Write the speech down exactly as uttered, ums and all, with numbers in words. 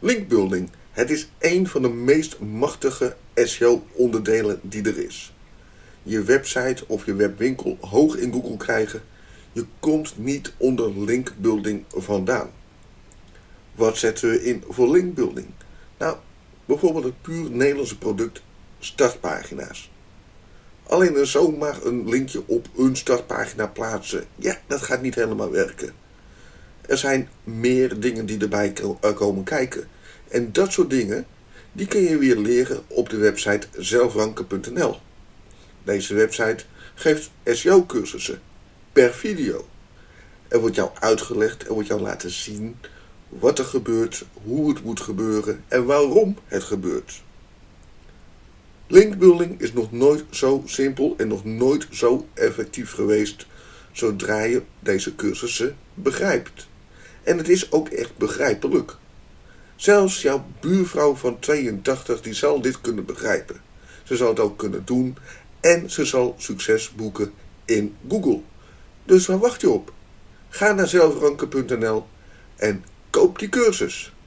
Linkbuilding. Het is een van de meest machtige S E O-onderdelen die er is. Je website of je webwinkel hoog in Google krijgen, je komt niet onder linkbuilding vandaan. Wat zetten we in voor linkbuilding? Nou, bijvoorbeeld het puur Nederlandse product startpagina's. Alleen zomaar een linkje op een startpagina plaatsen, ja, dat gaat niet helemaal werken. Er zijn meer dingen die erbij komen kijken. En dat soort dingen, die kun je weer leren op de website zelfranken punt n l. Deze website geeft S E O-cursussen per video. Er wordt jou uitgelegd, er wordt jou laten zien wat er gebeurt, hoe het moet gebeuren en waarom het gebeurt. Linkbuilding is nog nooit zo simpel en nog nooit zo effectief geweest zodra je deze cursussen begrijpt. En het is ook echt begrijpelijk. Zelfs jouw buurvrouw van tweeëntachtig die zal dit kunnen begrijpen. Ze zal het ook kunnen doen en ze zal succes boeken in Google. Dus waar wacht je op? Ga naar zelfranken punt n l en koop die cursus.